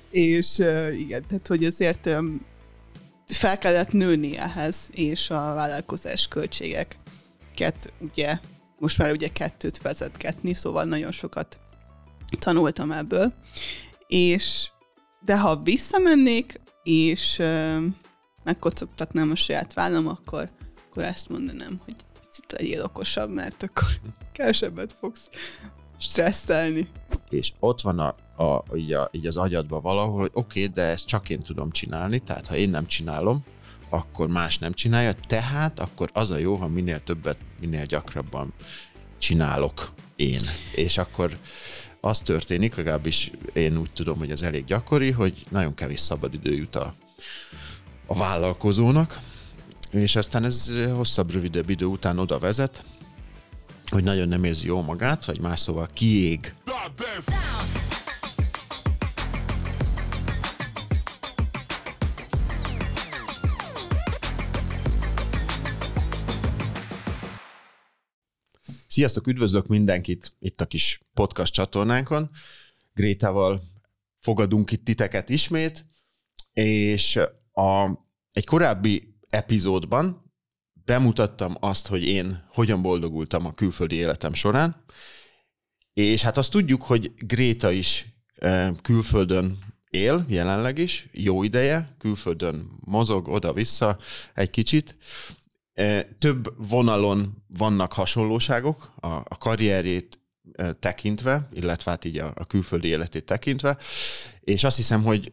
És igen, tehát hogy azért fel kellett nőni ehhez, és a vállalkozás költségeket ugye, most már ugye 2 vezetgetni, szóval nagyon sokat tanultam ebből. De ha visszamennék, és megkocogtatnám a saját vállam, akkor ezt mondanám, hogy picit legyél okosabb, mert akkor kevesebbet fogsz stresszelni. És ott van így az agyadban valahol, hogy oké, de ezt csak én tudom csinálni, tehát ha én nem csinálom, akkor más nem csinálja, tehát akkor az a jó, ha minél többet, minél gyakrabban csinálok én. És akkor az történik, legalábbis én úgy tudom, hogy ez elég gyakori, hogy nagyon kevés szabadidő jut a vállalkozónak, és aztán ez hosszabb, rövidebb idő után oda vezet, hogy nagyon nem érzi jól magát, vagy más szóval kiég. Sziasztok, üdvözlök mindenkit itt a kis podcast csatornánkon. Grétával fogadunk itt titeket ismét, és egy korábbi epizódban bemutattam azt, hogy én hogyan boldogultam a külföldi életem során, és hát azt tudjuk, hogy Gréta is külföldön él, jelenleg is, jó ideje, külföldön mozog oda-vissza egy kicsit. Több vonalon vannak hasonlóságok a karrierjét tekintve, illetve hát így a külföldi életét tekintve, és azt hiszem, hogy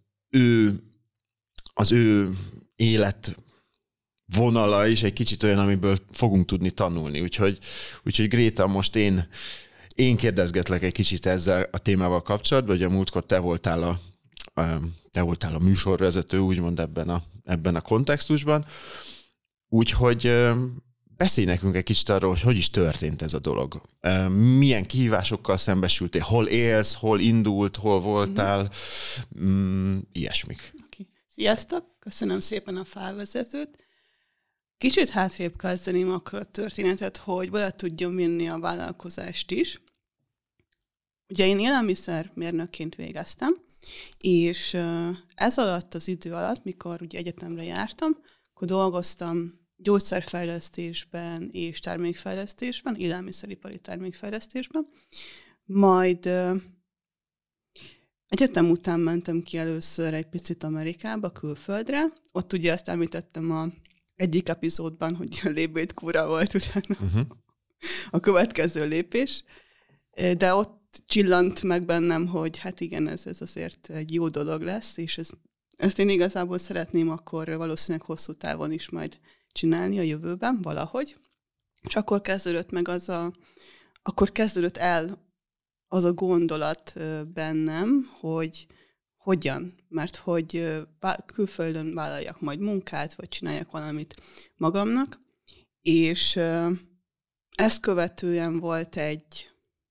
az ő élet vonala is egy kicsit olyan, amiből fogunk tudni tanulni. Úgyhogy Gréta, most én kérdezgetlek egy kicsit ezzel a témával kapcsolatban, hogy a múltkor te voltál a műsorvezető, úgymond ebben a kontextusban. Úgyhogy beszélj nekünk egy kicsit arról, hogy is történt ez a dolog. Milyen kihívásokkal szembesültél, hol élsz, hol indult, hol voltál, ilyesmik. Okay. Sziasztok, köszönöm szépen a felvezetőt. Kicsit hátrébb kezdeném akkor a történetet, hogy bele tudjam vinni a vállalkozást is. Ugye én élelmiszermérnökként végeztem, és ez alatt az idő alatt, mikor ugye egyetemre jártam, akkor dolgoztam gyógyszerfejlesztésben és termékfejlesztésben, élelmiszeripari termékfejlesztésben. Majd egyetem után mentem ki először egy picit Amerikába, külföldre. Ott ugye azt említettem egyik epizódban, hogy a légbétkúra volt utána a következő lépés. De ott csillant meg bennem, hogy hát igen, ez azért egy jó dolog lesz, és ezt én igazából szeretném akkor valószínűleg hosszú távon is majd csinálni a jövőben valahogy. És akkor kezdődött el az a gondolat bennem, hogy hogyan, mert hogy külföldön vállaljak majd munkát, vagy csináljak valamit magamnak, és ezt követően volt egy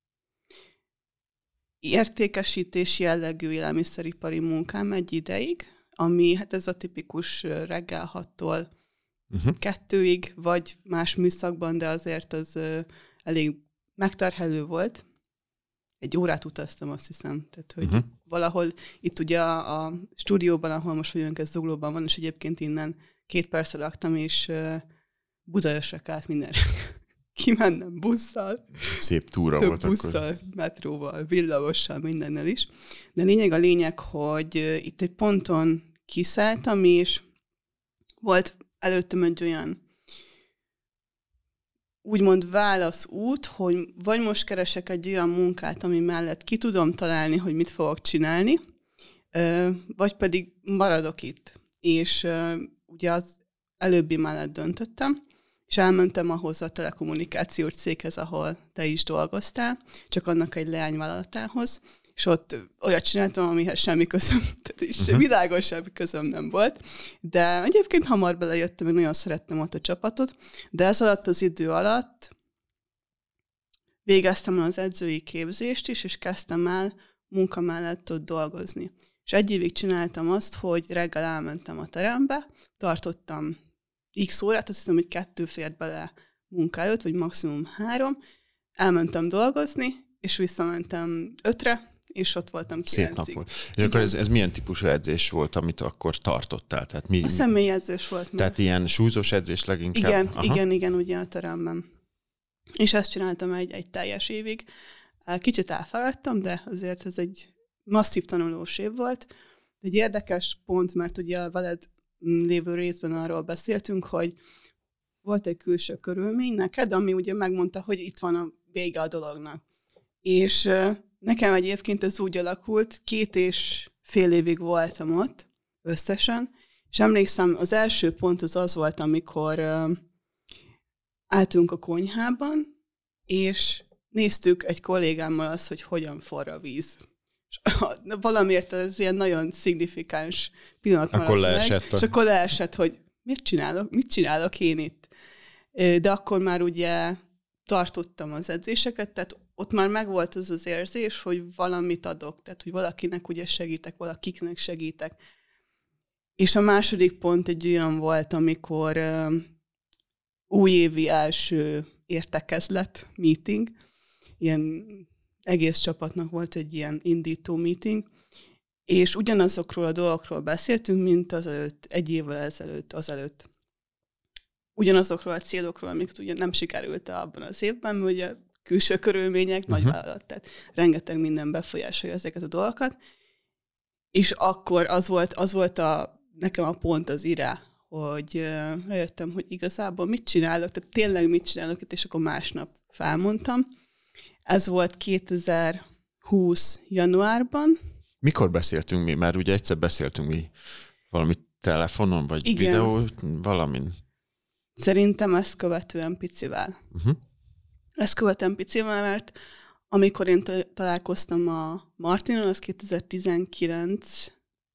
értékesítés jellegű élelmiszeripari munkám egy ideig, ami hát ez a tipikus reggel 6-tól 2-ig, vagy más műszakban, de azért az elég megterhelő volt. Egy órát utaztam, azt hiszem. Tehát, hogy valahol itt ugye a stúdióban, ahol most vagyunk, ez Zuglóban van, és egyébként innen 2 percre laktam, és Budaörsre kellett mindenre kimennem busszal. Szép túra több volt busszal, akkor. Metróval, villamossal, mindennel is. De a lényeg, hogy itt egy ponton kiszálltam, és volt előttem egy olyan úgymond válaszút, hogy vagy most keresek egy olyan munkát, ami mellett ki tudom találni, hogy mit fogok csinálni, vagy pedig maradok itt. És ugye az előbbi mellett döntöttem, és elmentem ahhoz a telekommunikációs céghez, ahol te is dolgoztál, csak annak egy leányvállalatához, és ott olyat csináltam, amihez semmi közöm, tehát is világos semmi közöm nem volt, de egyébként hamar belejöttem, meg nagyon szerettem ott a csapatot, de ez alatt az idő alatt végeztem el az edzői képzést is, és kezdtem el munka mellett ott dolgozni. És egy évig csináltam azt, hogy reggel elmentem a terembe, tartottam x órát, azt hiszem, hogy 2 fért bele munka előtt, vagy maximum 3, elmentem dolgozni, és visszamentem 5-re, és ott voltam 9-ig. Szép nap volt. És akkor ez milyen típusú edzés volt, amit akkor tartottál? Tehát A személyedzés volt. Tehát ilyen súlyzós edzés leginkább? Igen, ugye a teremben. És ezt csináltam egy teljes évig. Kicsit elfáradtam, de azért ez egy masszív tanulós év volt. Egy érdekes pont, mert ugye a veled lévő részben arról beszéltünk, hogy volt egy külső körülmény neked, ami ugye megmondta, hogy itt van a vége a dolognak. És nekem egyébként ez úgy alakult, 2,5 évig voltam ott összesen, és emlékszem, az első pont az volt, amikor álltunk a konyhában, és néztük egy kollégámmal azt, hogy hogyan forr a víz. És valamiért ez ilyen nagyon szignifikáns pillanat maradt akkor meg, és akkor leesett, hogy mit csinálok én itt. De akkor már ugye tartottam az edzéseket, tehát ott már megvolt az az érzés, hogy valamit adok, tehát hogy valakinek ugye segítek, valakiknek segítek. És a második pont egy olyan volt, amikor újévi első értekezlet, meeting, ilyen egész csapatnak volt egy ilyen indító meeting, és ugyanazokról a dolgokról beszéltünk, mint azelőtt, egy évvel azelőtt. Ugyanazokról a célokról, amiket ugye nem sikerült abban az évben, mert ugye külső körülmények, nagy vállalat, tehát rengeteg minden befolyásolja ezeket a dolgokat, és akkor az volt nekem a pont az irá, hogy rájöttem, hogy igazából mit csinálok, tehát tényleg mit csinálok, és akkor másnap felmondtam. Ez volt 2020 januárban. Mikor beszéltünk mi? Már ugye egyszer beszéltünk mi valami telefonon, vagy igen. Videó, valamin. Szerintem ezt követően picivel. Ezt követően picivel, mert amikor én találkoztam a Martinon, az 2019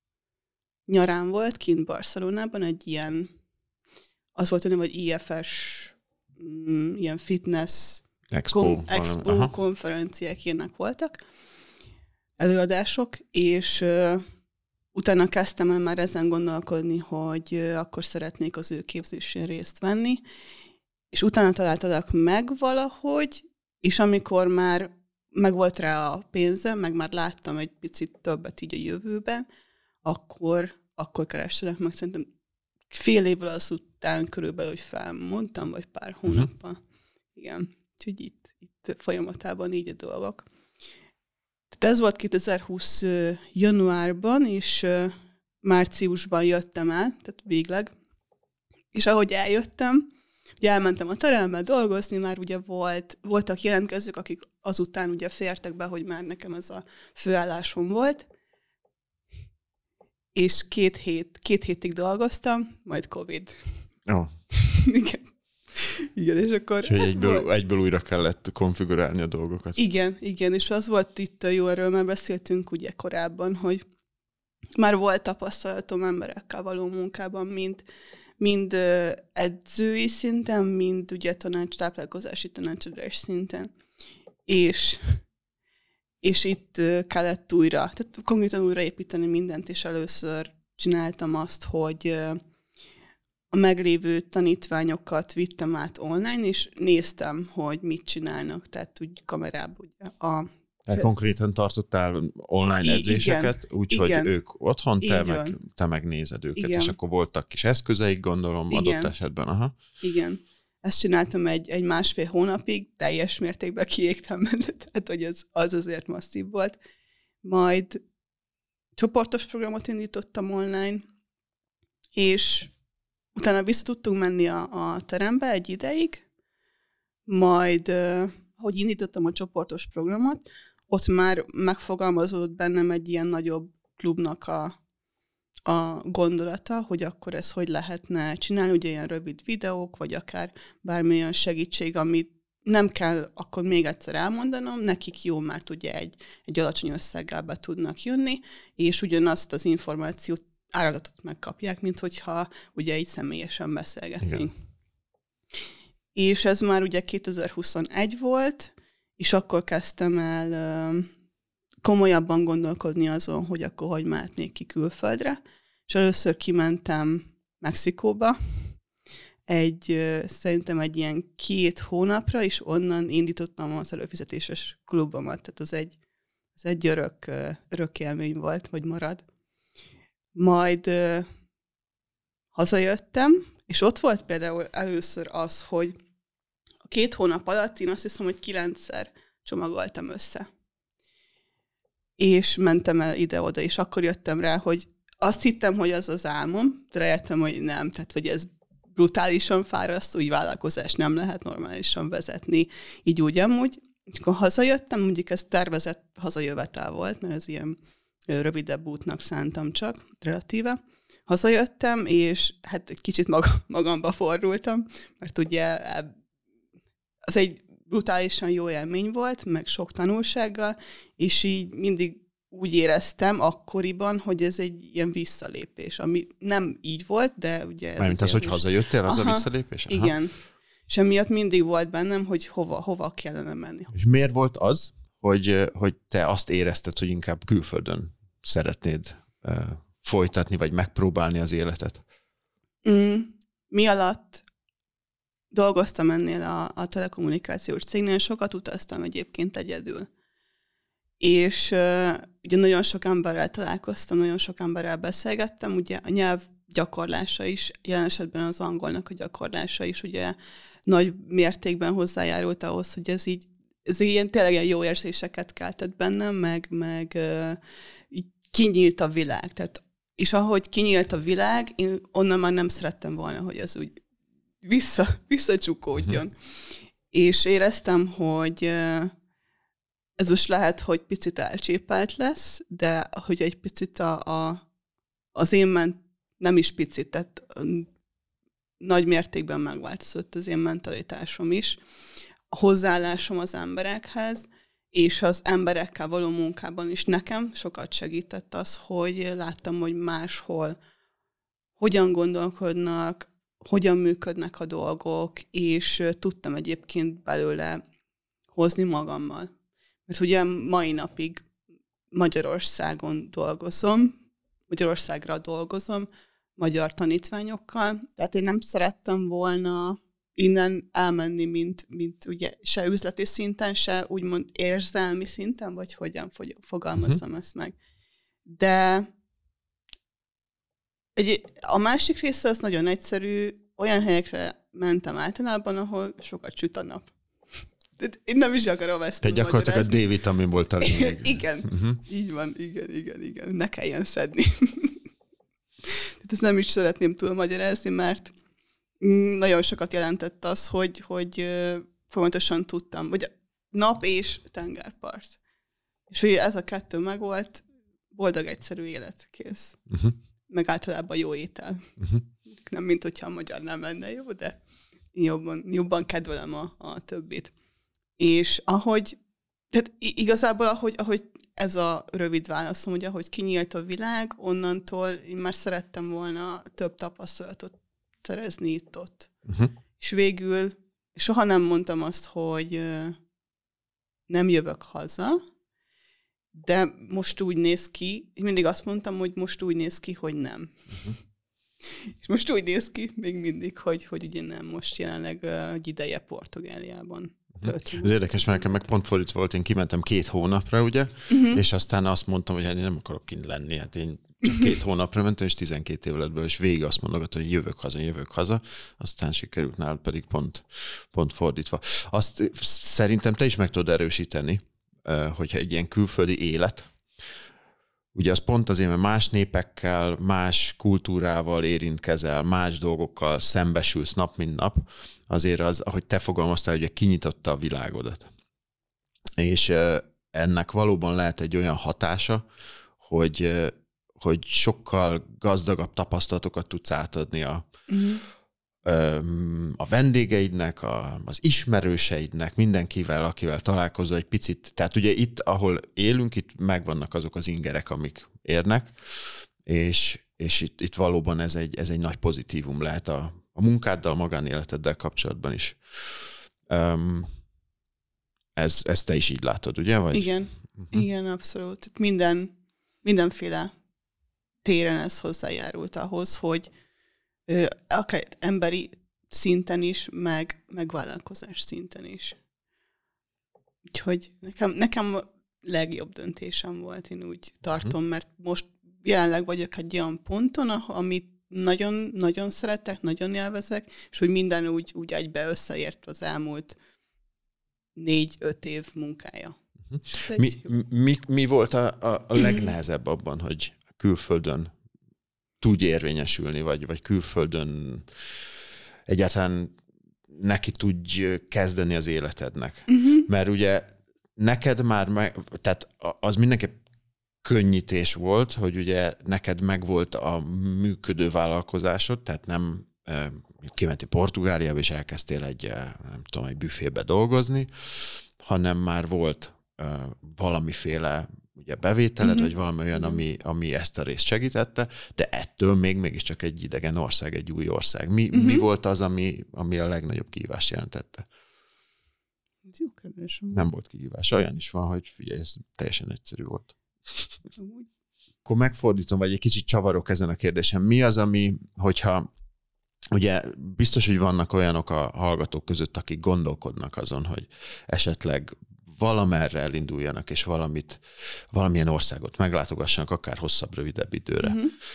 nyarán volt, kint Barcelonában, egy ilyen, az volt a neve, hogy IFS, ilyen fitness Expo konferenciák ilyenek voltak, előadások, és utána kezdtem el már ezen gondolkodni, hogy akkor szeretnék az ő képzésén részt venni, és utána találtalak meg valahogy, és amikor már megvolt rá a pénzem, meg már láttam egy picit többet így a jövőben, akkor kerestelek meg. Szerintem fél évvel azután körülbelül, hogy felmondtam, vagy pár hónappal. Igen, úgyhogy itt folyamatában így a dolgok. Tehát ez volt 2020 januárban, és márciusban jöttem el, tehát végleg. És ahogy eljöttem, ugye elmentem a terembe dolgozni, már ugye voltak jelentkezők, akik azután ugye fértek be, hogy már nekem ez a főállásom volt. És 2 hétig dolgoztam, majd Covid. Oh. Igen, és akkor... És egyből újra kellett konfigurálni a dolgokat. Igen, és az volt itt jó, erről már beszéltünk ugye korábban, hogy már volt tapasztalatom emberekkel való munkában, mind edzői szinten, mind ugye táplálkozási tanácsadás szinten. És itt kellett újra, tehát konkrétan újraépíteni mindent, és először csináltam azt, hogy a meglévő tanítványokat vittem át online, és néztem, hogy mit csinálnak, tehát úgy kamerában ugye Tehát konkrétan tartottál online edzéseket, úgyhogy ők otthon, te megnézed őket, igen. És akkor voltak kis eszközeik, gondolom, igen. Adott esetben. Aha. Igen. Ezt csináltam egy 1,5 hónapig, teljes mértékben kiégtem benne, tehát hogy az azért masszív volt. Majd csoportos programot indítottam online, és utána vissza tudtunk menni a terembe egy ideig, majd, ahogy indítottam a csoportos programot, ott már megfogalmazódott bennem egy ilyen nagyobb klubnak a gondolata, hogy akkor ezt hogy lehetne csinálni, ugye ilyen rövid videók, vagy akár bármilyen segítség, amit nem kell akkor még egyszer elmondanom, nekik jó, mert ugye egy alacsony összeggel be tudnak jönni, és ugyanazt az információt áradatot megkapják, mint hogyha ugye így személyesen beszélgetnénk. És ez már ugye 2021 volt, és akkor kezdtem el komolyabban gondolkodni azon, hogy akkor hogy mehetnék ki külföldre, és először kimentem Mexikóba, szerintem egy ilyen 2 hónapra, és onnan indítottam az előfizetéses klubomat, tehát az Ez egy örök élmény volt, vagy marad. Majd hazajöttem, és ott volt például először az, hogy a 2 hónap alatt én azt hiszem, hogy 9-szer csomagoltam össze. És mentem el ide-oda, és akkor jöttem rá, hogy azt hittem, hogy az az álmom, de rájöttem, hogy nem, tehát hogy ez brutálisan fárasztó, úgy vállalkozás nem lehet normálisan vezetni, így úgy amúgy. És akkor hazajöttem, mondjuk ez tervezett hazajövetel volt, mert ez ilyen rövidebb útnak szántam csak, relatíve. Hazajöttem, és hát egy kicsit magamba fordultam, mert ugye az egy brutálisan jó élmény volt, meg sok tanulsággal, és így mindig úgy éreztem akkoriban, hogy ez egy ilyen visszalépés, ami nem így volt, de ugye ez... Mármint az, hogy hazajöttél, az a visszalépés? Aha. Igen. És emiatt mindig volt bennem, hogy hova kellene menni. És miért volt az, hogy te azt érezted, hogy inkább külföldön szeretnéd folytatni, vagy megpróbálni az életet? Mi alatt dolgoztam ennél a telekommunikációs cégnél, sokat utaztam egyébként egyedül. És ugye nagyon sok emberrel találkoztam, nagyon sok emberrel beszélgettem, ugye a nyelv gyakorlása is, jelen esetben az angolnak a gyakorlása is ugye nagy mértékben hozzájárult ahhoz, hogy ez ilyen tényleg ilyen jó érzéseket keltett bennem, meg így kinyílt a világ. Tehát, és ahogy kinyílt a világ, én onnan már nem szerettem volna, hogy ez úgy visszacsukódjon. És éreztem, hogy ez most lehet, hogy picit elcsépelt lesz, de hogy egy picit az én nem is picit, tehát nagy mértékben megváltozott az én mentalitásom is, a hozzáállásom az emberekhez, és az emberekkel való munkában is nekem sokat segített az, hogy láttam, hogy máshol hogyan gondolkodnak, hogyan működnek a dolgok, és tudtam egyébként belőle hozni magammal. Mert ugye mai napig Magyarországra dolgozom, magyar tanítványokkal, tehát én nem szerettem volna innen elmenni, mint ugye se üzleti szinten, se úgymond érzelmi szinten, vagy hogyan fogalmazzam ezt meg. De a másik része az nagyon egyszerű, olyan helyekre mentem általában, ahol sokat süt a nap. Én nem is akarom ezt te gyakorlatilag a D-vitamin volt a lényeg. Igen, így van, igen. Ne kelljen szedni. Tehát ezt nem is szeretném túlmagyarázni, mert nagyon sokat jelentett az, hogy folyamatosan tudtam, hogy nap és tengerpart. És hogy ez a kettő megvolt, boldog, egyszerű élet, kész. Meg általában jó étel. Nem, mint hogyha a magyar nem lenne jó, de jobban kedvelem a többit. És tehát igazából ahogy ez a rövid válaszom, hogy ahogy kinyílt a világ, onnantól én már szerettem volna több tapasztalatot szerezni itt-ott. És végül soha nem mondtam azt, hogy nem jövök haza, de most úgy néz ki, én mindig azt mondtam, hogy most úgy néz ki, hogy nem. És most úgy néz ki még mindig, hogy ugye nem, most jelenleg egy ideje Portugáliában. Ez érdekes, mert nekem meg pont fordítva volt, én kimentem 2 hónapra, ugye, és aztán azt mondtam, hogy hát én nem akarok kint lenni, hát én csak 2 hónapra mentem, és 12 év lett belőle, és végig azt mondogatom, hogy jövök haza, aztán sikerült nál pedig pont fordítva. Azt szerintem te is meg tudod erősíteni, hogyha egy ilyen külföldi élet, ugye az pont azért, mert más népekkel, más kultúrával érintkezel, más dolgokkal szembesülsz nap, mint nap, azért az, ahogy te fogalmaztál, ugye kinyitotta a világodat. És ennek valóban lehet egy olyan hatása, hogy sokkal gazdagabb tapasztalatokat tudsz átadni a vendégeidnek, az ismerőseidnek, mindenkivel, akivel találkozol egy picit. Tehát ugye itt, ahol élünk, itt megvannak azok az ingerek, amik érnek, és itt valóban ez egy nagy pozitívum lehet a munkáddal, a magánéleteddel kapcsolatban is. Ezt te is így látod, ugye? Vagy? Igen, igen, abszolút. Mindenféle téren ez hozzájárult ahhoz, hogy akár emberi szinten is, meg vállalkozás szinten is. Úgyhogy nekem legjobb döntésem volt, én úgy tartom, mert most jelenleg vagyok egy olyan ponton, amit nagyon-nagyon szeretek, nagyon élvezek, és hogy minden úgy egybe összeért az elmúlt 4-5 év munkája. Mi volt a legnehezebb abban, hogy külföldön tudj érvényesülni, vagy külföldön egyáltalán neki tudj kezdeni az életednek? Mert ugye neked már, tehát az mindenképp könnyítés volt, hogy ugye neked megvolt a működő vállalkozásod, tehát nem kimentél Portugáliába, és elkezdtél egy büfébe dolgozni, hanem már volt valamiféle ugye bevételed, vagy valami olyan, ami ezt a részt segítette, de ettől mégiscsak egy idegen ország, egy új ország. Mi volt az, ami a legnagyobb kihívást jelentette? Nem volt kihívás. Olyan is van, hogy figyelj, ez teljesen egyszerű volt. Akkor megfordítom, vagy egy kicsit csavarok ezen a kérdésen. Mi az, ami, hogyha ugye biztos, hogy vannak olyanok a hallgatók között, akik gondolkodnak azon, hogy esetleg valamerre elinduljanak, és valamilyen országot meglátogassanak, akár hosszabb, rövidebb időre.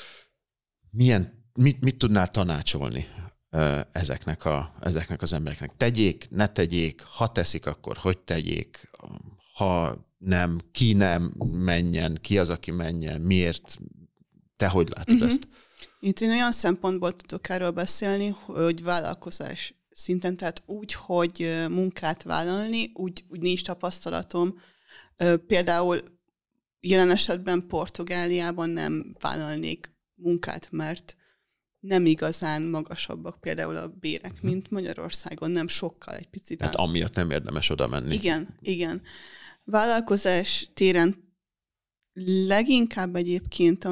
Mit tudnál tanácsolni ezeknek az embereknek? Tegyék, ne tegyék, ha teszik, akkor hogy tegyék, ha nem, ki nem menjen, ki az, aki menjen, miért, te hogy látod ezt? Itt én olyan szempontból tudok erről beszélni, hogy vállalkozás szinten, tehát úgy, hogy munkát vállalni, úgy nincs tapasztalatom. Például jelen esetben Portugáliában nem vállalnék munkát, mert nem igazán magasabbak például a bérek, mint Magyarországon, nem sokkal, egy picivel. Hát amiatt nem érdemes oda menni. Igen. Vállalkozás téren leginkább egyébként,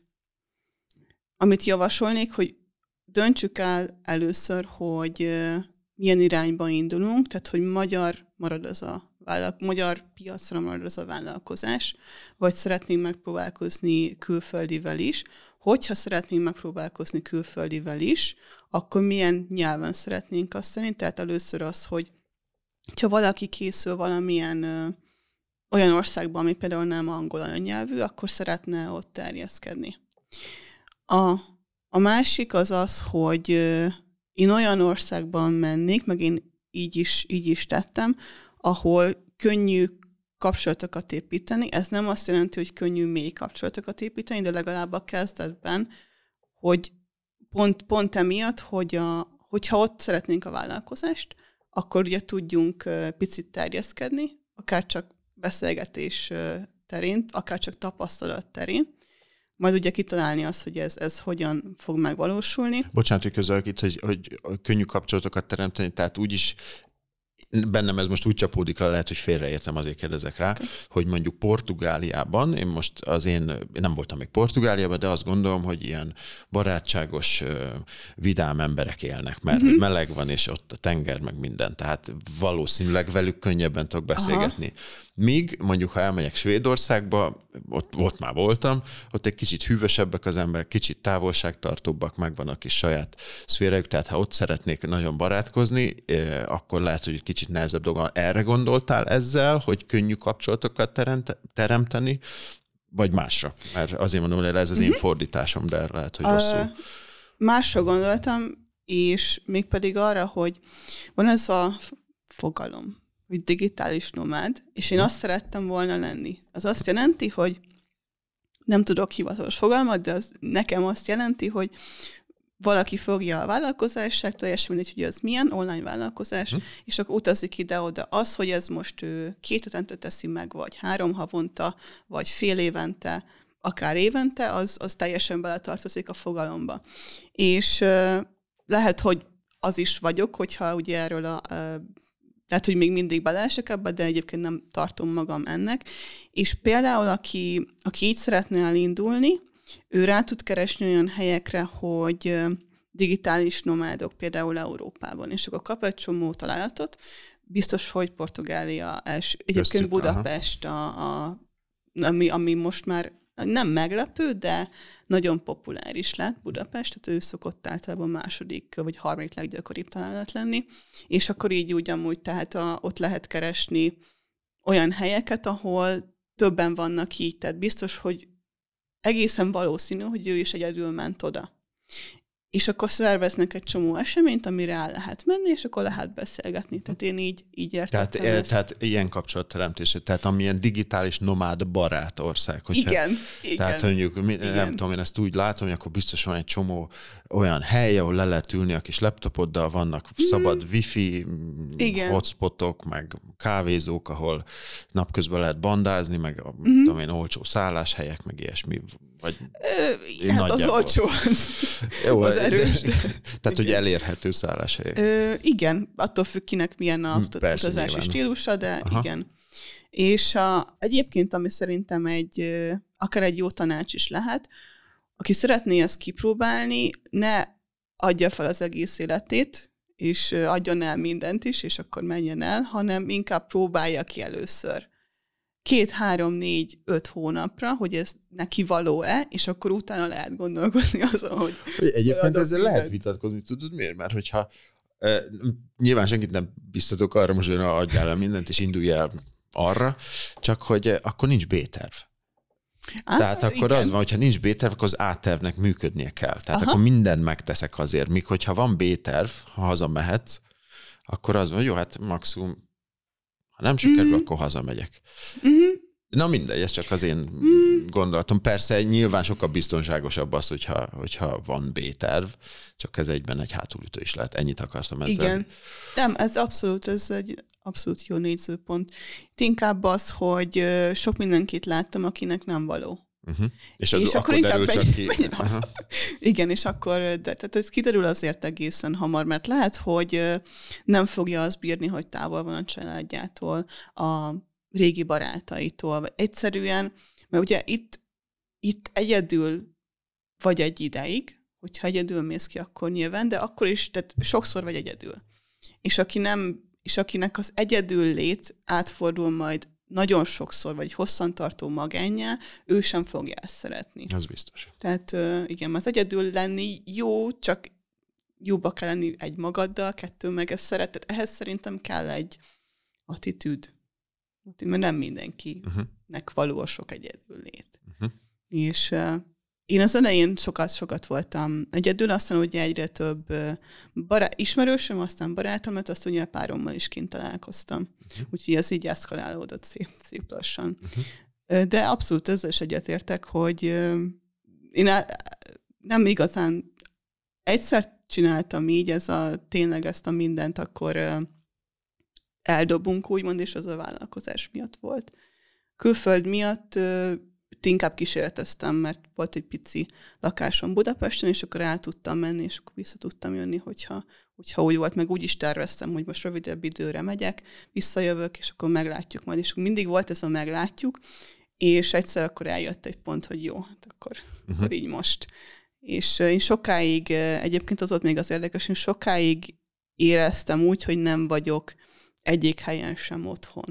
amit javasolnék, hogy döntsük el először, hogy milyen irányba indulunk, tehát hogy magyar piacra marad az a vállalkozás, vagy szeretnénk megpróbálkozni külföldivel is. Hogyha szeretnénk megpróbálkozni külföldivel is, akkor milyen nyelven szeretnénk azt tenni. Tehát először az, hogy ha valaki készül valamilyen olyan országban, ami például nem angol anyanyelvű, akkor szeretne ott terjeszkedni. A másik az, hogy én olyan országban mennék, meg én így is tettem, ahol könnyű kapcsolatokat építeni. Ez nem azt jelenti, hogy könnyű mély kapcsolatokat építeni, de legalább a kezdetben, hogy pont emiatt, hogyha ott szeretnénk a vállalkozást, akkor ugye tudjunk picit terjeszkedni, akár csak beszélgetés terén, akár csak tapasztalat terén, majd ugye kitalálni azt, hogy ez hogyan fog megvalósulni. Bocsánat, hogy közöljük itt, hogy könnyű kapcsolatokat teremteni, tehát úgyis bennem ez most úgy csapódik le, lehet, hogy félreértem, azért kérdezek rá, hogy mondjuk Portugáliában, én nem voltam még Portugáliában, de azt gondolom, hogy ilyen barátságos, vidám emberek élnek, mert meleg van, és ott a tenger, meg minden, tehát valószínűleg velük könnyebben tudok beszélgetni. Míg mondjuk, ha elmegyek Svédországba, ott már voltam, ott egy kicsit hűvösebbek az emberek, kicsit távolságtartóbbak, megvan a kis saját szférájuk, tehát ha ott szeretnék nagyon barátkozni, akkor lehet, hogy egy kicsit nehezebb dolga. Erre gondoltál ezzel, hogy könnyű kapcsolatokat teremteni, vagy másra? Mert azért mondom, hogy ez az én fordításom, de lehet, hogy rosszul. Másra gondoltam, és mégpedig arra, hogy van ez a fogalom, hogy digitális nomád, és én azt szerettem volna lenni. Az azt jelenti, hogy nem tudok hivatalos fogalmat, de nekem azt jelenti, hogy valaki fogja a vállalkozását, teljesen mindegy, hogy az milyen, online vállalkozás, és akkor utazik ide-oda. Az, hogy ez most 2 hetente teszi meg, vagy 3 havonta, vagy fél évente, akár évente, az teljesen beletartozik a fogalomba. És lehet, hogy az is vagyok, hogyha ugye erről lehet, hogy még mindig beleesek ebbe, de egyébként nem tartom magam ennek. És például, aki így szeretne elindulni, ő rá tud keresni olyan helyekre, hogy digitális nomádok például Európában, és akkor kap egy csomó találatot. Biztos, hogy Portugália első. Egyébként Budapest, ami most már nem meglepő, de nagyon populáris lett Budapest, tehát ő szokott általában második vagy harmadik leggyakoribb találat lenni, és akkor így úgy amúgy, tehát ott lehet keresni olyan helyeket, ahol többen vannak így, tehát biztos, hogy egészen valószínű, hogy ő is egyedül ment oda. És akkor szerveznek egy csomó eseményt, amire el lehet menni, és akkor lehet beszélgetni. Tehát én így értettem ezt. Tehát ilyen kapcsolatteremtés, tehát amilyen digitális nomád barát ország. Igen. Tehát mondjuk, nem tudom, én ezt úgy látom, hogy akkor biztos van egy csomó olyan hely, ahol le lehet ülni a kis laptopoddal, vannak szabad wifi hotspotok, meg kávézók, ahol napközben lehet bandázni, meg tudom én, olcsó szálláshelyek, meg ilyesmi. Vagy hát az olcsó, az erős. Tehát, hogy elérhető szálláshelyek. Igen, attól függ, kinek milyen a utazási stílusa, de igen. És egyébként, ami szerintem akár egy jó tanács is lehet, aki szeretné ezt kipróbálni, ne adja fel az egész életét, és adjon el mindent is, és akkor menjen el, hanem inkább próbálja ki először. 2, 3, 4, 5 hónapra, hogy ez neki való-e, és akkor utána lehet gondolkozni azon, hogy... Egyébként ezzel lehet vitatkozni, tudod miért? Mert hogyha nyilván senkit nem biztatok arra, most, hogy adjál el mindent, és indulj el arra, csak hogy akkor nincs B-terv. Tehát akkor igen. Az van, hogyha nincs B-terv, akkor az A-tervnek működnie kell. Tehát akkor mindent megteszek azért. Míg hogyha van B-terv, ha hazamehetsz, akkor az van, jó, hát maximum ha nem sikerül, akkor hazamegyek. Na mindegy, ez csak az én gondolatom. Persze nyilván sokkal biztonságosabb az, hogyha van B-terv, csak ez egyben egy hátulütő is lehet. Ennyit akartam ezzel. Igen. Nem, ez egy abszolút jó nézőpont. Itt inkább az, hogy sok mindenkit láttam, akinek nem való. És akkor inkább csak ki. Igen, és akkor tehát ez kiderül azért egészen hamar, mert lehet, hogy nem fogja azt bírni, hogy távol van a családjától, a régi barátaitól. Egyszerűen, mert ugye itt egyedül vagy egy ideig, hogyha egyedül mész ki, akkor nyilván, de akkor is, tehát sokszor vagy egyedül. És akinek az egyedül lét átfordul majd nagyon sokszor, vagy hosszantartó magánnyá, ő sem fogja ezt szeretni. Az biztos. Tehát igen, az egyedül lenni jó, csak jóba kell lenni egy magaddal, 2 meg ezt szeret. Tehát ehhez szerintem kell egy attitűd. Mert nem mindenkinek való a sok egyedül lét. És én az elején sokat voltam egyedül, aztán ugye egyre több ismerősöm, aztán barátom, mert azt ugye a párommal is kint találkoztam. Úgyhogy ez így eszkalálódott szép lassan. De abszolút ezzel is egyetértek, hogy én nem igazán egyszer csináltam így, tényleg ezt a mindent, akkor eldobunk, úgymond, és az a vállalkozás miatt volt. Külföld miatt inkább kísérleteztem, mert volt egy pici lakásom Budapesten, és akkor el tudtam menni, és akkor vissza tudtam jönni, hogyha úgy volt, meg úgy is terveztem, hogy most rövidebb időre megyek, visszajövök, és akkor meglátjuk majd. És mindig volt ez a meglátjuk, és egyszer akkor eljött egy pont, hogy jó, hát akkor így most. És én sokáig, egyébként az volt még az érdekes, én sokáig éreztem úgy, hogy nem vagyok egyik helyen sem otthon.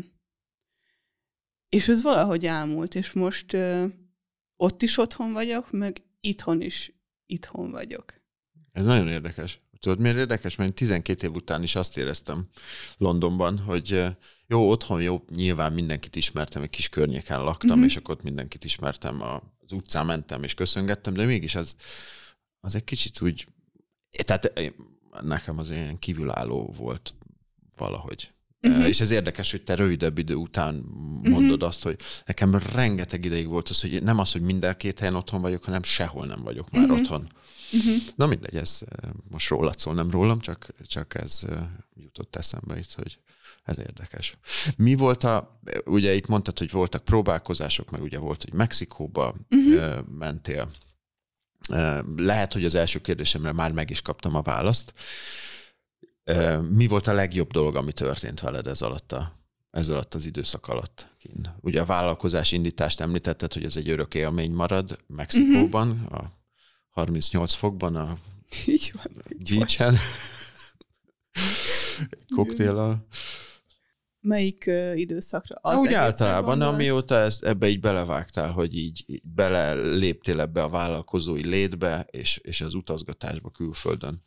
És ez valahogy elmúlt, és most ott is otthon vagyok, meg itthon is itthon vagyok. Ez nagyon érdekes. Tudod, miért érdekes? Mert 12 év után is azt éreztem Londonban, hogy jó, otthon jó, nyilván mindenkit ismertem, egy kis környéken laktam, és akkor ott mindenkit ismertem, az utcán mentem és köszöngettem, de mégis az egy kicsit úgy, tehát nekem az ilyen kívülálló volt valahogy. És ez érdekes, hogy te rövidebb idő után mondod azt, hogy nekem rengeteg ideig volt az, hogy nem az, hogy minden 2 helyen otthon vagyok, hanem sehol nem vagyok már otthon. Na mindegy, ez most rólad szól, nem rólam, csak ez jutott eszembe itt, hogy ez érdekes. Mi volt ugye itt mondtad, hogy voltak próbálkozások, meg ugye volt, hogy Mexikóba mentél. Lehet, hogy az első kérdésemre már meg is kaptam a választ. Mi volt a legjobb dolog, ami történt veled ez alatt az időszak alatt? Ugye a vállalkozás indítást említetted, hogy ez egy örök élmény marad Mexikóban, a 38 fokban a beachen, koktéllal. Melyik időszakra? Úgy általában, amióta ebbe így belevágtál, hogy így beleléptél ebbe a vállalkozói létbe, és az utazgatásba külföldön.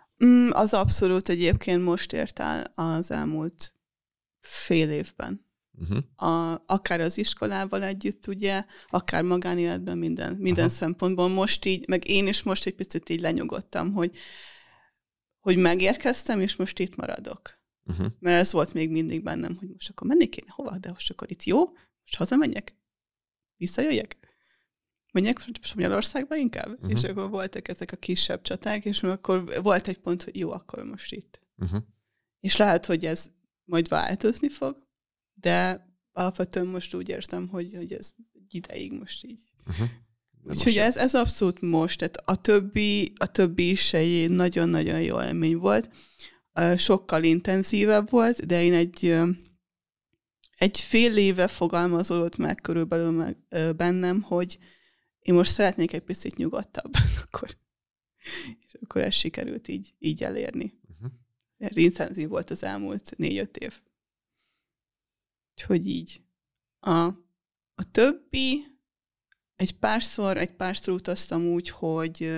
Az abszolút egyébként most ért el az elmúlt fél évben. akár az iskolával együtt, ugye, akár magánéletben, minden szempontból. Most így, meg én is most egy picit így lenyugodtam, hogy megérkeztem, és most itt maradok. Mert ez volt még mindig bennem, hogy most akkor menni kéne hova, de most akkor itt jó, most hazamenjek, visszajöjjek, menjek Spanyolországba inkább. És akkor voltak ezek a kisebb csaták, és akkor volt egy pont, hogy jó, akkor most itt. És lehet, hogy ez majd változni fog, de alapvetően most úgy érzem, hogy ez egy ideig most így. Úgyhogy ez abszolút most, tehát a többi is egy nagyon-nagyon jó élmény volt. Sokkal intenzívebb volt, de én egy fél éve fogalmazódott meg körülbelül bennem, hogy én most szeretnék egy picit nyugodtabban, és akkor ez sikerült így elérni. Intenzív volt az elmúlt 4-5 év. Úgyhogy így. A többi, egy párszor utaztam úgy, hogy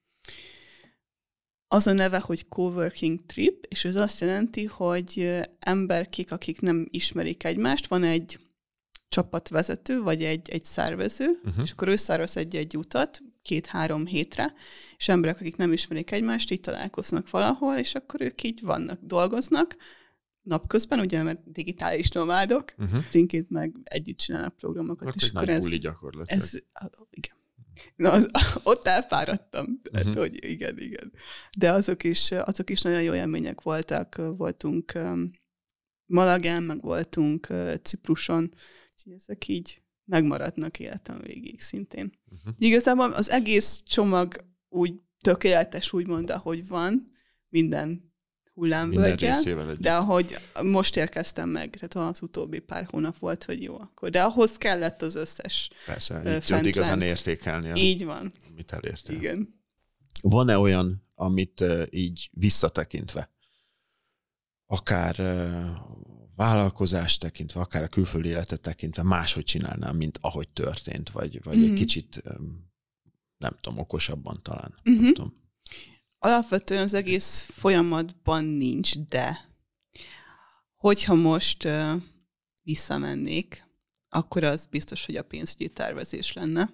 az a neve, hogy Coworking Trip, és ez azt jelenti, hogy emberkik, akik nem ismerik egymást, van egy csapatvezető, vagy egy szervező, és akkor ő szervez egy utat 2-3 hétre, és emberek, akik nem ismerik egymást, így találkoznak valahol, és akkor ők így dolgoznak napközben, ugye, mert digitális nomádok, tényként meg együtt csinálnak programokat. Akkor és akkor ez buli gyakorlatilag. Igen. Na, ott elfáradtam. Tehát, hogy igen. De azok is nagyon jó élmények voltak. Voltunk Malagán, meg voltunk Cipruson, úgyhogy ezek így megmaradnak életem végig szintén. Igazából az egész csomag úgy tökéletes, úgymond, ahogy van, minden hullámvölgyel, de ahogy most érkeztem meg, tehát az utóbbi pár hónap volt, hogy jó akkor. De ahhoz kellett az összes persze, így tud igazán értékelni. Így van. Mit elértél. Igen. Van-e olyan, amit így visszatekintve, akár vállalkozást tekintve, akár a külföldi életet tekintve máshogy csinálnám, mint ahogy történt, vagy egy kicsit, nem tudom, okosabban talán. Nem tudom. Alapvetően az egész folyamatban nincs, de hogyha most visszamennék, akkor az biztos, hogy a pénzügyi tervezés lenne.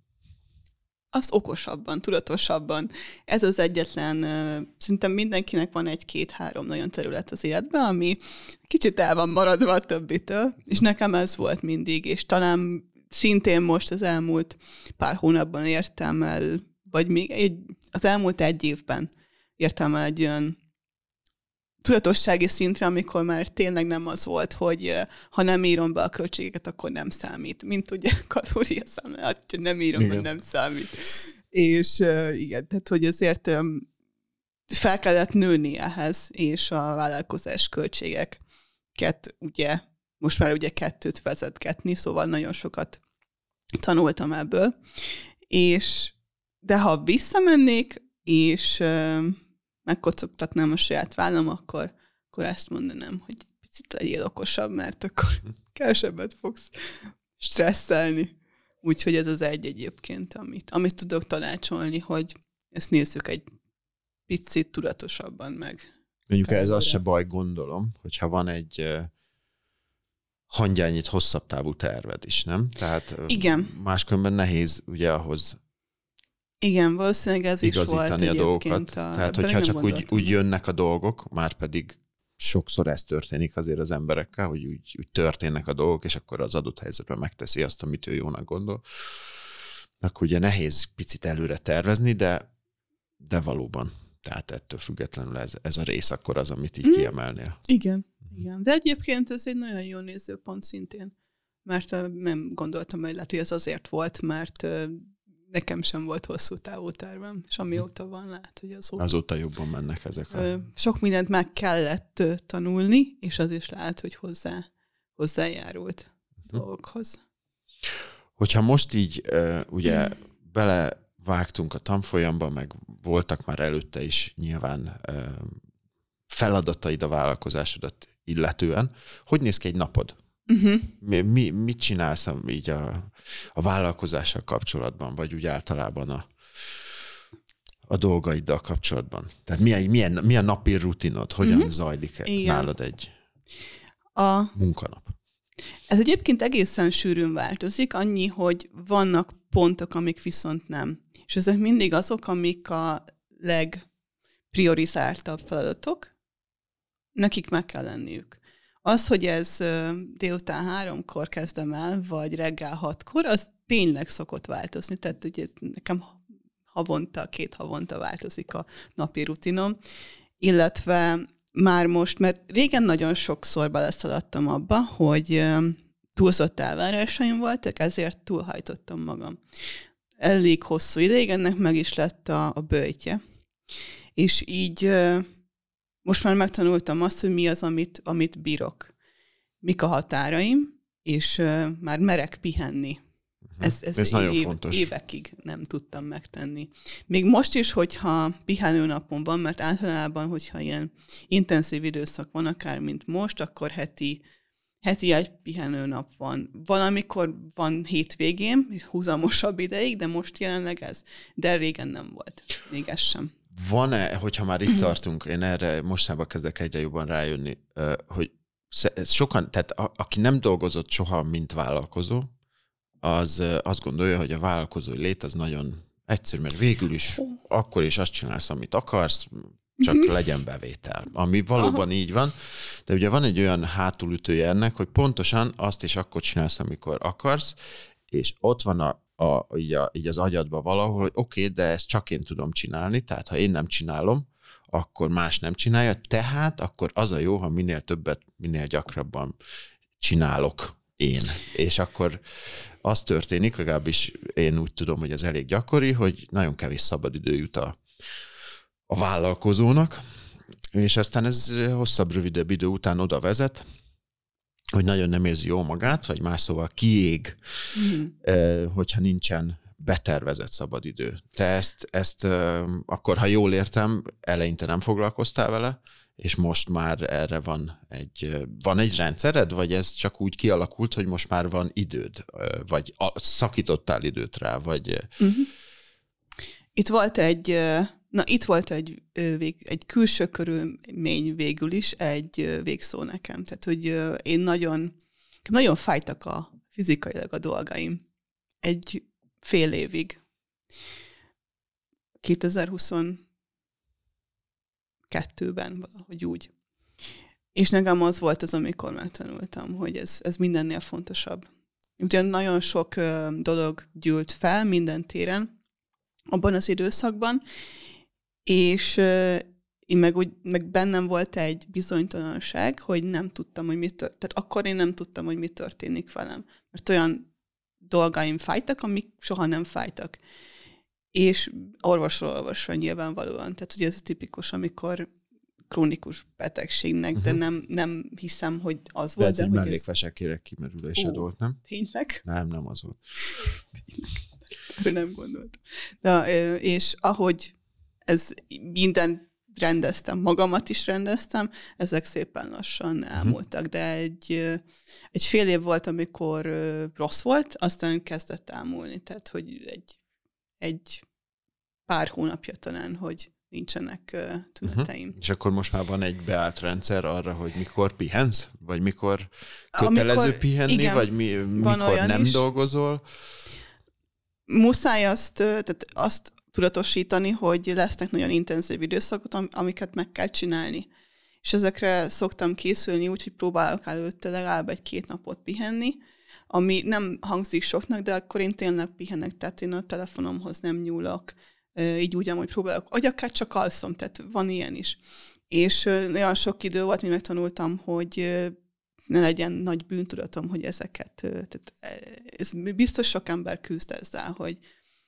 Az okosabban, tudatosabban. Ez az egyetlen, szerintem mindenkinek van 1-2-3 nagyon terület az életben, ami kicsit el van maradva a többitől, és nekem ez volt mindig, és talán szintén most az elmúlt pár hónapban értem el, vagy még az elmúlt 1 évben értem el egy olyan tudatossági szintre, amikor már tényleg nem az volt, hogy ha nem írom be a költségeket, akkor nem számít. Mint ugye kalóriaszámlát, ha nem írom be, nem számít. És igen, tehát hogy azért fel kellett nőni ehhez, és a vállalkozás költségeket ugye, most már ugye 2 vezetgetni, szóval nagyon sokat tanultam ebből. De ha visszamennék, és megkocogtatnám a saját vállam, akkor ezt mondanám, hogy picit legyél okosabb, mert akkor kevesebbet fogsz stresszelni. Úgyhogy ez az egyébként, amit tudok tanácsolni, hogy ezt nézzük egy picit tudatosabban meg. Mondjuk ez az se baj, gondolom, hogyha van egy hangyányit hosszabb távú terved is, nem? Tehát igen. Máskülönben nehéz ugye ahhoz igen, valószínűleg ez is volt a dolgokat. Tehát, hogyha csak úgy jönnek a dolgok, már pedig sokszor ez történik azért az emberekkel, hogy úgy történnek a dolgok, és akkor az adott helyzetben megteszi azt, amit ő jónak gondol. Akkor ugye nehéz picit előre tervezni, de valóban. Tehát ettől függetlenül ez a rész akkor az, amit így kiemelnél. Igen. De egyébként ez egy nagyon jó nézőpont szintén. Mert nem gondoltam, hogy lehet, hogy ez azért volt, mert nekem sem volt hosszú távú tervem, és amióta van, lehet, hogy azóta jobban mennek ezek sok mindent meg kellett tanulni, és az is lehet, hogy hozzájárult dolgokhoz. Hogyha most így ugye belevágtunk a tanfolyamba, meg voltak már előtte is nyilván feladataid a vállalkozásodat illetően, hogy néz ki egy napod? Mit csinálsz így a vállalkozással kapcsolatban, vagy úgy általában a dolgaiddal kapcsolatban? Tehát mi a napi rutinod? Hogyan zajlik nálad egy munkanap? Ez egyébként egészen sűrűn változik, annyi, hogy vannak pontok, amik viszont nem. És ezek mindig azok, amik a legpriorizáltabb feladatok, nekik meg kell lenniük. Az, hogy ez délután 3-kor kezdem el, vagy reggel 6-kor, az tényleg szokott változni. Tehát ugye nekem 2 havonta változik a napi rutinom, illetve már most, mert régen nagyon sokszor beleszaladtam abba, hogy túlzott elvárásaim voltak, ezért túlhajtottam magam. Elég hosszú ideig ennek meg is lett a böjtje. És így most már megtanultam azt, hogy mi az, amit bírok. Mik a határaim, és már merek pihenni. Ez nagyon fontos. Évekig nem tudtam megtenni. Még most is, hogyha pihenőnapom van, mert általában, hogyha ilyen intenzív időszak van, akár mint most, akkor heti egy pihenőnap van. Valamikor van hétvégén, húzamosabb ideig, de most jelenleg ez. De régen nem volt. Még ez sem. Van-e, hogyha már itt tartunk, én erre mostában kezdek egyre jobban rájönni, hogy sokan, tehát aki nem dolgozott soha, mint vállalkozó, az azt gondolja, hogy a vállalkozói lét az nagyon egyszerű, mert végül is akkor is azt csinálsz, amit akarsz, csak legyen bevétel. Ami valóban így van, de ugye van egy olyan hátulütője ennek, hogy pontosan azt is akkor csinálsz, amikor akarsz, és ott van így az agyadban valahol, hogy oké, de ezt csak én tudom csinálni, tehát ha én nem csinálom, akkor más nem csinálja, tehát akkor az a jó, ha minél többet, minél gyakrabban csinálok én. És akkor az történik, legalábbis én úgy tudom, hogy ez elég gyakori, hogy nagyon kevés szabadidő jut a vállalkozónak, és aztán ez hosszabb, rövidebb idő után oda vezet, hogy nagyon nem érzi jól magát, vagy más szóval kiég, hogyha nincsen betervezett szabadidő. Te ezt akkor, ha jól értem, eleinte nem foglalkoztál vele, és most már erre van egy rendszered, vagy ez csak úgy kialakult, hogy most már van időd, vagy szakítottál időt rá, vagy... Itt volt egy külső körülmény végül is, egy végszó nekem. Tehát, hogy én nagyon fájtak fizikailag a dolgaim. Egy fél évig. 2022-ben valahogy úgy. És nekem az volt az, amikor megtanultam, hogy ez mindennél fontosabb. Ugyan nagyon sok dolog gyűlt fel minden téren abban az időszakban, és én meg bennem volt egy bizonytalanság, hogy nem tudtam, hogy tehát akkor én nem tudtam, hogy mi történik velem. Mert olyan dolgaim fájtak, amik soha nem fájtak. És orvosról olvasva nyilvánvalóan. Tehát ugye ez a tipikus, amikor krónikus betegségnek, de nem hiszem, hogy az volt. De egy mellékvesekére kimerülésed volt, nem? Tényleg? Nem az volt. Tényleg. Nem gondoltam. És ahogy ez minden rendeztem, magamat is rendeztem, ezek szépen lassan elmúltak, de egy fél év volt, amikor rossz volt, aztán kezdett elmúlni, tehát hogy egy pár hónapja talán, hogy nincsenek tüneteim. És akkor most már van egy beállt rendszer arra, hogy mikor pihensz? Vagy mikor kötelező pihenni? Igen, vagy mikor nem is dolgozol? Muszáj azt tudatosítani, hogy lesznek nagyon intenzív időszakok, amiket meg kell csinálni. És ezekre szoktam készülni úgy, hogy próbálok előtte legalább 1-2 napot pihenni, ami nem hangzik soknak, de akkor én tényleg pihenek, tehát én a telefonomhoz nem nyúlok, így úgy amúgy próbálok, vagy akár csak alszom, tehát van ilyen is. És olyan sok idő volt, mi megtanultam, hogy ne legyen nagy bűntudatom, hogy ezeket, tehát ez biztos sok ember küzd ezzel, hogy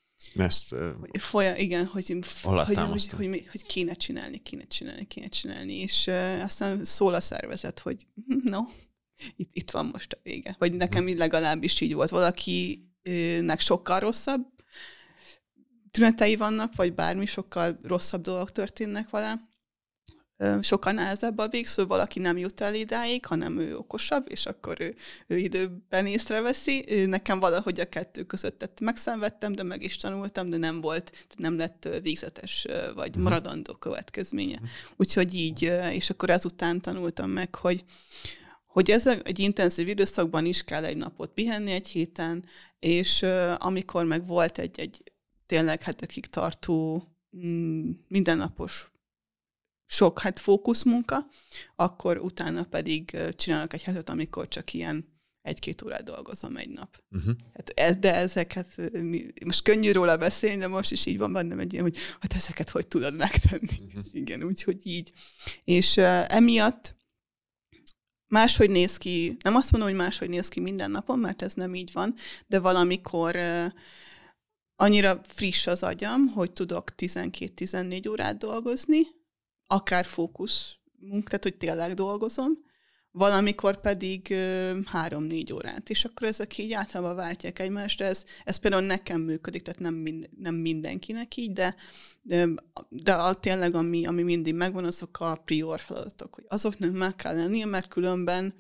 hogy kéne csinálni, és aztán szól a szervezet, hogy itt van most a vége. Vagy nekem így legalábbis így volt. Valakinek sokkal rosszabb tünetei vannak, vagy bármi sokkal rosszabb dolgok történnek vele. Sokkal nehezebb a végszó, valaki nem jut el idáig, hanem ő okosabb, és akkor ő időben észreveszi. Nekem valahogy a kettő között megszenvedtem, de meg is tanultam, de nem lett végzetes vagy maradandó következménye. Úgyhogy így, és akkor ezután tanultam meg, hogy hogy ez egy intenzív időszakban is kell egy napot pihenni egy héten, és amikor meg volt egy tényleg hetekig tartó mindennapos sok fókuszmunka, akkor utána pedig csinálok egy hetet, amikor csak ilyen 1-2 órát dolgozom egy nap. De ezeket, most könnyű róla beszélni, de most is így van bennem egy ilyen, hogy hát ezeket hogy tudod megtenni. Igen, úgyhogy így. És emiatt máshogy néz ki, nem azt mondom, hogy máshogy néz ki minden napon, mert ez nem így van, de valamikor annyira friss az agyam, hogy tudok 12-14 órát dolgozni, akár fókusz tehát hogy tényleg dolgozom, valamikor pedig 3-4 órát, és akkor ezek így általában váltják egymást, de ez például nekem működik, tehát nem mindenkinek így, de tényleg, ami mindig megvan, azok a prior feladatok, hogy azoknak meg kell lennie, mert különben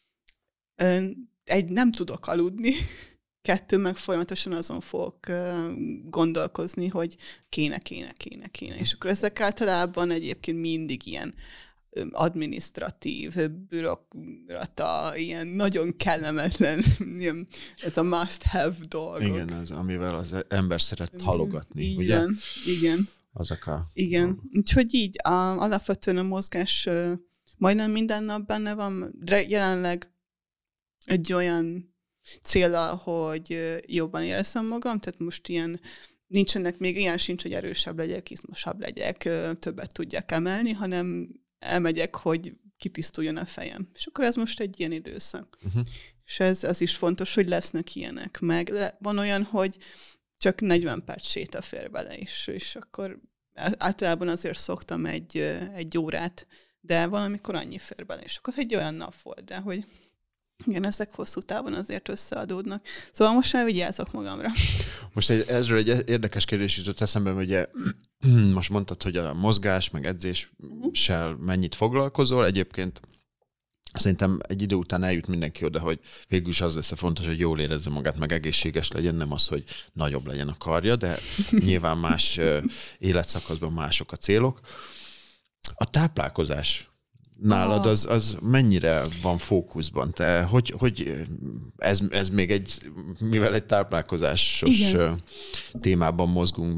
nem tudok aludni, 2 meg folyamatosan azon fogok gondolkozni, hogy kéne. És akkor ezek általában egyébként mindig ilyen adminisztratív, bürokrata, ilyen nagyon kellemetlen, ilyen, ez a must-have dolgok. Igen, az, amivel az ember szeret halogatni, így ugye? Van. Igen. Azok a... Igen. Úgyhogy így alapvetően a mozgás majdnem minden nap benne van, de jelenleg egy olyan céllal, hogy jobban érezzem magam, tehát most ilyen nincsenek, még ilyen sincs, hogy erősebb legyek, izmosabb legyek, többet tudjak emelni, hanem elmegyek, hogy kitisztuljon a fejem. És akkor ez most egy ilyen időszak. És ez is fontos, hogy lesznek ilyenek. Meg van olyan, hogy csak 40 perc séta fér bele is, és akkor általában azért szoktam egy órát, de valamikor annyi fér bele, és akkor egy olyan nap volt, de hogy igen, ezek hosszú távon azért összeadódnak. Szóval most már vigyázok magamra. Most ezről egy érdekes kérdés jutott eszembe, ugye most mondtad, hogy a mozgás, meg edzéssel mennyit foglalkozol. Egyébként szerintem egy idő után eljut mindenki oda, hogy végül is az lesz a fontos, hogy jól érezze magát, meg egészséges legyen, nem az, hogy nagyobb legyen a karja, de nyilván más életszakaszban mások a célok. A táplálkozás nálad az mennyire van fókuszban? Te hogy ez még mivel egy táplálkozásos témában mozgunk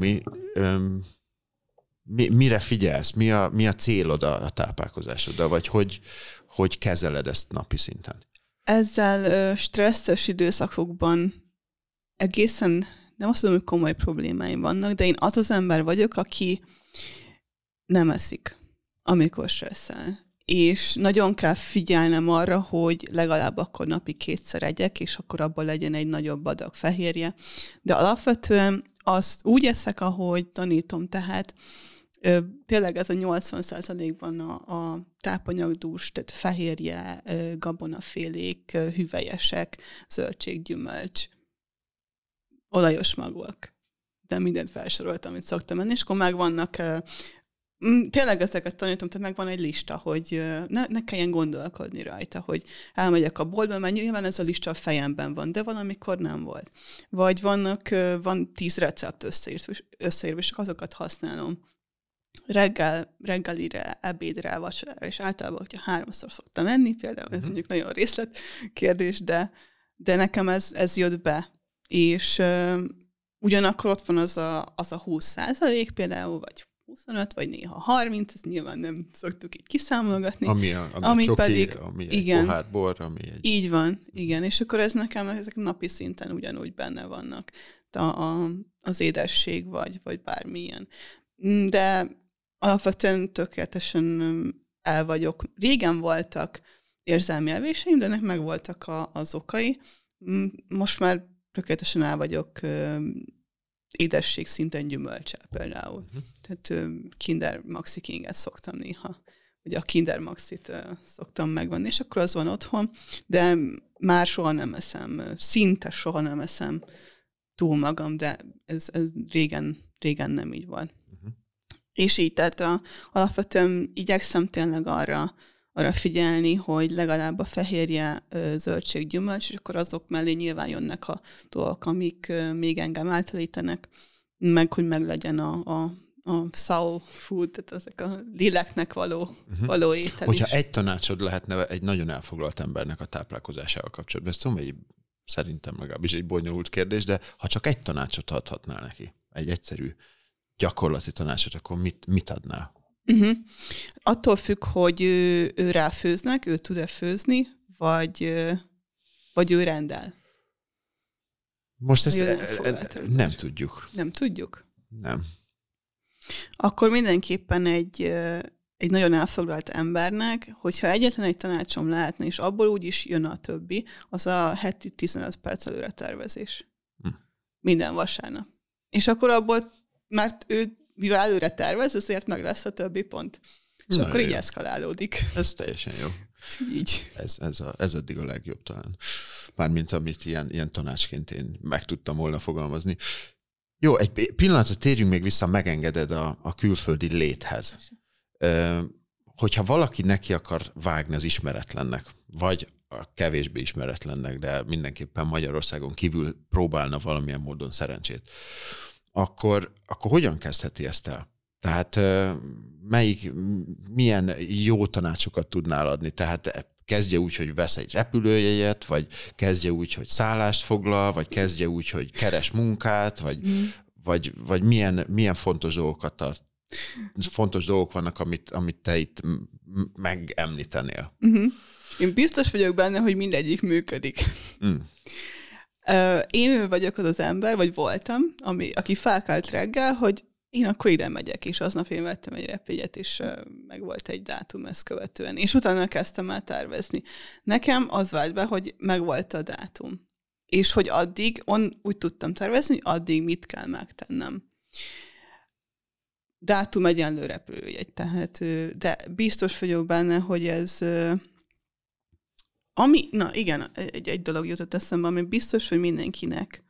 mire figyelsz? Mi a célod a táplálkozásoddal? Vagy hogy kezeled ezt napi szinten? Ezzel stresszes időszakokban egészen, nem azt mondom, hogy komoly problémáim vannak, de én az ember vagyok, aki nem eszik, amikor stresszel. És nagyon kell figyelnem arra, hogy legalább akkor napi 2-szer egyek, és akkor abban legyen egy nagyobb adag fehérje. De alapvetően azt úgy eszek, ahogy tanítom, tehát tényleg ez a 80%-ban a tápanyagdús, tehát fehérje, gabonafélék, hüvelyesek, zöldség, gyümölcs, olajos magok. De mindent felsoroltam, amit szoktam enni, és akkor megvannak tényleg ezeket tanítom, tehát megvan egy lista, hogy ne kelljen gondolkodni rajta, hogy elmegyek a boltba, mert nyilván ez a lista a fejemben van, de valamikor nem volt. Vagy van 10 recept összeírva, és azokat használom. Reggelire, ebédre, vacsorára, és általában, hogyha 3-szor szoktam enni, például ez mondjuk nagyon részletkérdés, de nekem ez jött be. És ugyanakkor ott van az a 20% például, vagy 25, vagy néha 30, ezt nyilván nem szoktuk így kiszámolgatni. Ami csoki, pedig, ami igen, egy pohár bor, ami egy... Így van, igen, és akkor ez nekem ezek napi szinten ugyanúgy benne vannak. Az édesség, vagy bármilyen. De alapvetően tökéletesen el vagyok. Régen voltak érzelmi elvéseim, de ennek megvoltak az okai. Most már tökéletesen el vagyok édesség szinten gyümölcsel például. Tehát Kinder Maxi Kinget szoktam néha, vagy a Kinder Maxit szoktam megvenni, és akkor az van otthon, de már soha nem eszem, szinte soha nem eszem túl magam, de ez régen nem így volt. És így, tehát alapvetően igyekszem tényleg arra figyelni, hogy legalább a fehérje, zöldség, gyümölcs, és akkor azok mellé nyilván jönnek a dolgok, amik még engem általítanak, meg hogy meglegyen a soul food, tehát ezek a léleknek való étel Hogyha is. egy tanácsod lehetne egy nagyon elfoglalt embernek a táplálkozásával kapcsolatban, ezt tudom, hogy szerintem legalábbis egy bonyolult kérdés, de ha csak egy tanácsot adhatnál neki, egy egyszerű gyakorlati tanácsot, akkor mit adnál? Attól függ, hogy ő ráfőznek, ő tud-e főzni, vagy ő rendel. Most ezt nem tudjuk. Nem tudjuk? Nem. Akkor mindenképpen egy nagyon elfoglalt embernek, hogyha egyetlen egy tanácsom lehetne, és abból úgyis jön a többi, az a heti 15 perc előre tervezés. Minden vasárnap. És akkor abból, mert ő mivel előre tervez, ezért meg lesz a többi pont. És akkor így eszkalálódik. Ez teljesen jó. Így. Ez eddig a legjobb talán. Mármint amit ilyen tanácsként én meg tudtam volna fogalmazni. Jó, egy pillanatra térjünk még vissza, megengeded a külföldi léthez. Hogyha valaki neki akar vágni az ismeretlennek, vagy a kevésbé ismeretlennek, de mindenképpen Magyarországon kívül próbálna valamilyen módon szerencsét, akkor hogyan kezdheti ezt el? Tehát milyen jó tanácsokat tudnál adni? Tehát kezdje úgy, hogy vesz egy repülőjegyet, vagy kezdje úgy, hogy szállást foglal, vagy kezdje úgy, hogy keres munkát, vagy milyen fontos dolgokat tart. Fontos dolgok vannak, amit te itt megemlítenél. Én biztos vagyok benne, hogy mindegyik működik. Én vagyok az ember, vagy voltam, aki felkelt reggel, hogy én akkor ide megyek, és aznap én vettem egy repjegyet, és meg volt egy dátum ezt követően. És utána kezdtem el tervezni. Nekem az vált be, hogy megvolt a dátum. És hogy addig úgy tudtam tervezni, hogy addig mit kell megtennem. Dátum egyenlő repülőjegy, tehát, de biztos vagyok benne, hogy ez... egy dolog jutott eszembe, ami biztos, hogy mindenkinek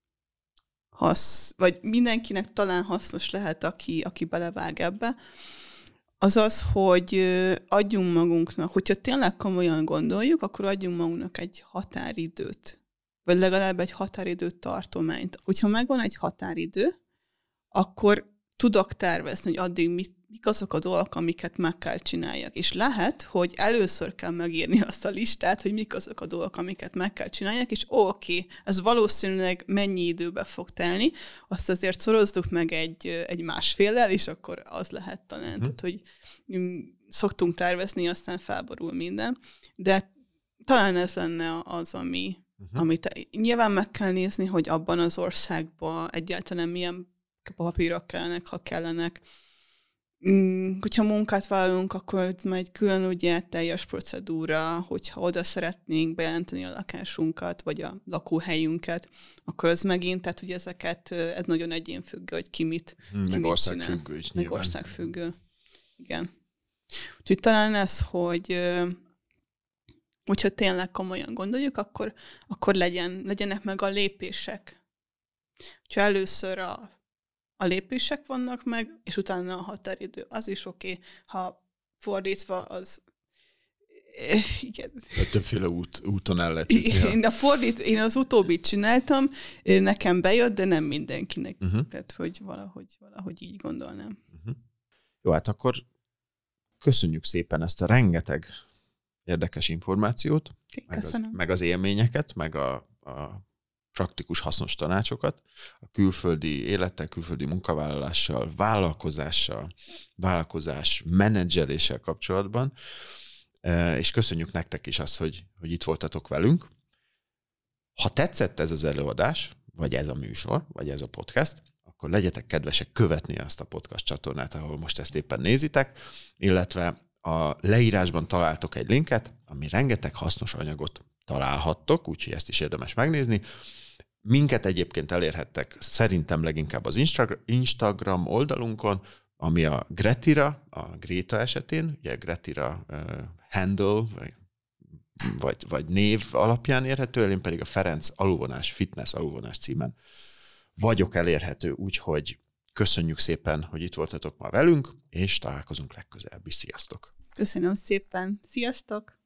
vagy mindenkinek talán hasznos lehet, aki belevág ebbe, az az, hogy adjunk magunknak, hogyha tényleg komolyan gondoljuk, akkor adjunk magunknak egy határidőt, vagy legalább egy határidő tartományt. Hogyha megvan egy határidő, akkor tudok tervezni, hogy addig mik azok a dolgok, amiket meg kell csináljak. És lehet, hogy először kell megírni azt a listát, hogy mik azok a dolgok, amiket meg kell csináljak, és oké, ez valószínűleg mennyi időbe fog telni, azt azért szorozzuk meg egy másféllel, és akkor az lehet talán. Tehát, hogy szoktunk tervezni, aztán felborul minden. De talán ez lenne az, amit nyilván meg kell nézni, hogy abban az országban egyáltalán milyen papírok kellenek, ha kellenek. Hogyha munkát vállalunk, akkor megy külön ugye teljes procedúra, hogyha oda szeretnénk bejelenteni a lakásunkat, vagy a lakóhelyünket, akkor az megint, tehát ugye ez nagyon egyénfüggő, hogy ki mit országfüggő is nyilván. Meg országfüggő. Igen. Úgyhogy talán ez, hogyha tényleg komolyan gondoljuk, akkor legyenek meg a lépések. Ha először a lépések vannak meg, és utána a határidő. Az is oké. Ha fordítva, az... Igen. Többféle úton el lehet Én az utóbbit csináltam, nekem bejött, de nem mindenkinek. Tehát, hogy valahogy így gondolnám. Jó, hát akkor köszönjük szépen ezt a rengeteg érdekes információt, meg az élményeket, meg a praktikus, hasznos tanácsokat a külföldi élettel, külföldi munkavállalással, vállalkozás menedzseléssel kapcsolatban, és köszönjük nektek is azt, hogy itt voltatok velünk. Ha tetszett ez az előadás, vagy ez a műsor, vagy ez a podcast, akkor legyetek kedvesek követni azt a podcast csatornát, ahol most ezt éppen nézitek, illetve a leírásban találtok egy linket, ami rengeteg hasznos anyagot találhattok, úgyhogy ezt is érdemes megnézni. Minket egyébként elérhettek szerintem leginkább az Instagram oldalunkon, ami a Gretira, a Gréta esetén, ugye Gretira handle, vagy név alapján érhető el, én pedig a Ferenc fitness alulvonás címen vagyok elérhető, úgyhogy köszönjük szépen, hogy itt voltatok ma velünk, és találkozunk legközelebb is. Sziasztok! Köszönöm szépen! Sziasztok!